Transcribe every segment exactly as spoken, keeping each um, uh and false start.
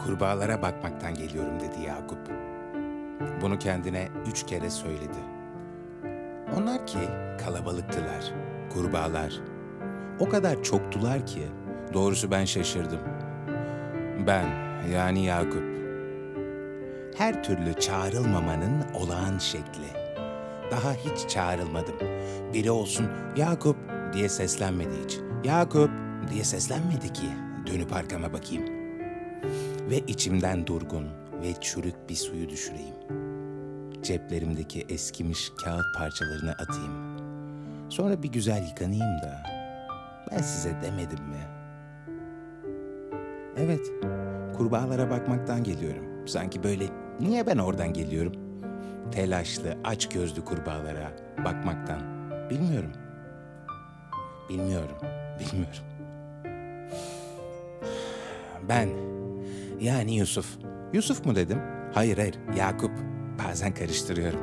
Kurbağalara bakmaktan geliyorum dedi Yakup. Bunu kendine üç kere söyledi. Onlar ki kalabalıktılar, kurbağalar. O kadar çoktular ki doğrusu ben şaşırdım. Ben yani Yakup. Her türlü çağrılmamanın olağan şekli. Daha hiç çağrılmadım. Biri olsun Yakup diye seslenmedi hiç. Yakup diye seslenmedi ki dönüp arkama bakayım. Ve içimden durgun ve çürük bir suyu düşüreyim. Ceplerimdeki eskimiş kağıt parçalarını atayım. Sonra bir güzel yıkanayım da ben size demedim mi? Evet, kurbağalara bakmaktan geliyorum. Sanki böyle niye ben oradan geliyorum? Telaşlı, aç gözlü kurbağalara bakmaktan. Bilmiyorum. Bilmiyorum, bilmiyorum. Ben, yani Yusuf. Yusuf mu dedim? Hayır hayır, Yakup. Bazen karıştırıyorum.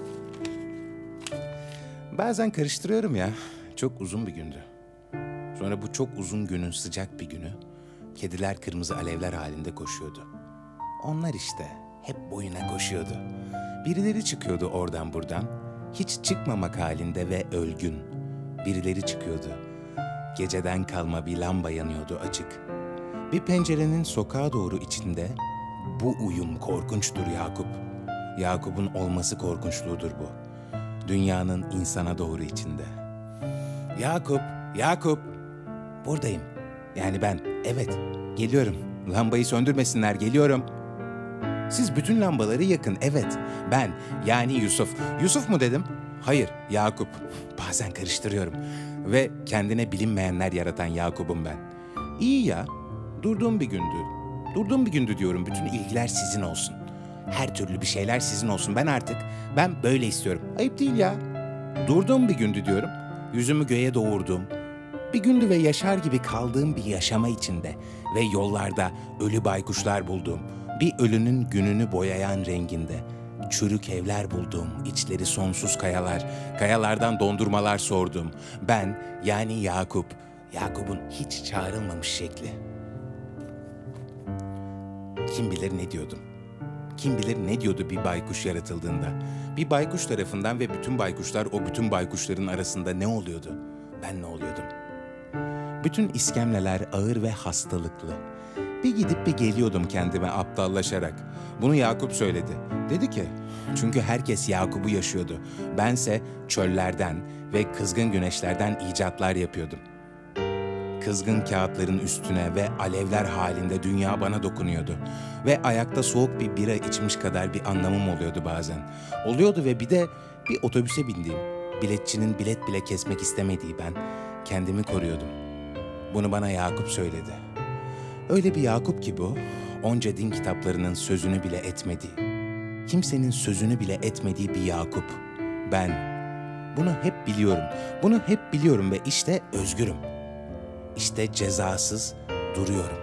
Bazen karıştırıyorum ya. Çok uzun bir gündü. Sonra bu çok uzun günün sıcak bir günü, kediler kırmızı alevler halinde koşuyordu. Onlar işte hep boyuna koşuyordu. Birileri çıkıyordu oradan buradan, hiç çıkmamak halinde ve ölgün. Birileri çıkıyordu. Geceden kalma bir lamba yanıyordu açık. Bir pencerenin sokağa doğru içinde, bu uyum korkunçtur Yakup. Yakup'un olması korkunçluğudur bu. Dünyanın insana doğru içinde. Yakup, Yakup. Buradayım. Yani ben, evet, geliyorum. Lambayı söndürmesinler, geliyorum. Siz bütün lambaları yakın, evet. Ben, yani Yusuf. Yusuf mu dedim? Hayır, Yakup. Bazen karıştırıyorum. Ve kendine bilinmeyenler yaratan Yakup'um ben. İyi ya, durduğum bir gündü. Durduğum bir gündü diyorum, bütün ilgiler sizin olsun. Her türlü bir şeyler sizin olsun. Ben artık, ben böyle istiyorum. Ayıp değil ya. Durduğum bir gündü diyorum. Yüzümü göğe doğurdum. Bir gündü ve yaşar gibi kaldığım bir yaşama içinde ve yollarda ölü baykuşlar buldum. Bir ölünün gününü boyayan renginde. Çürük evler buldum, içleri sonsuz kayalar. Kayalardan dondurmalar sordum. Ben, yani Yakup, Yakup'un hiç çağrılmamış şekli. Kim bilir ne diyordum? Kim bilir ne diyordu bir baykuş yaratıldığında? Bir baykuş tarafından ve bütün baykuşlar o bütün baykuşların arasında ne oluyordu? Ben ne oluyordum? Bütün iskemleler ağır ve hastalıklı. Bir gidip bir geliyordum kendime aptallaşarak. Bunu Yakup söyledi. Dedi ki, çünkü herkes Yakup'u yaşıyordu. Bense çöllerden ve kızgın güneşlerden icatlar yapıyordum. Kızgın kağıtların üstüne ve alevler halinde dünya bana dokunuyordu. Ve ayakta soğuk bir bira içmiş kadar bir anlamım oluyordu bazen. Oluyordu ve bir de bir otobüse bindiğim, biletçinin bilet bile kesmek istemediği ben kendimi koruyordum. Bunu bana Yakup söyledi. Öyle bir Yakup ki bu, onca din kitaplarının sözünü bile etmediği, kimsenin sözünü bile etmediği bir Yakup. Ben bunu hep biliyorum, bunu hep biliyorum ve işte özgürüm. İşte cezasız duruyorum.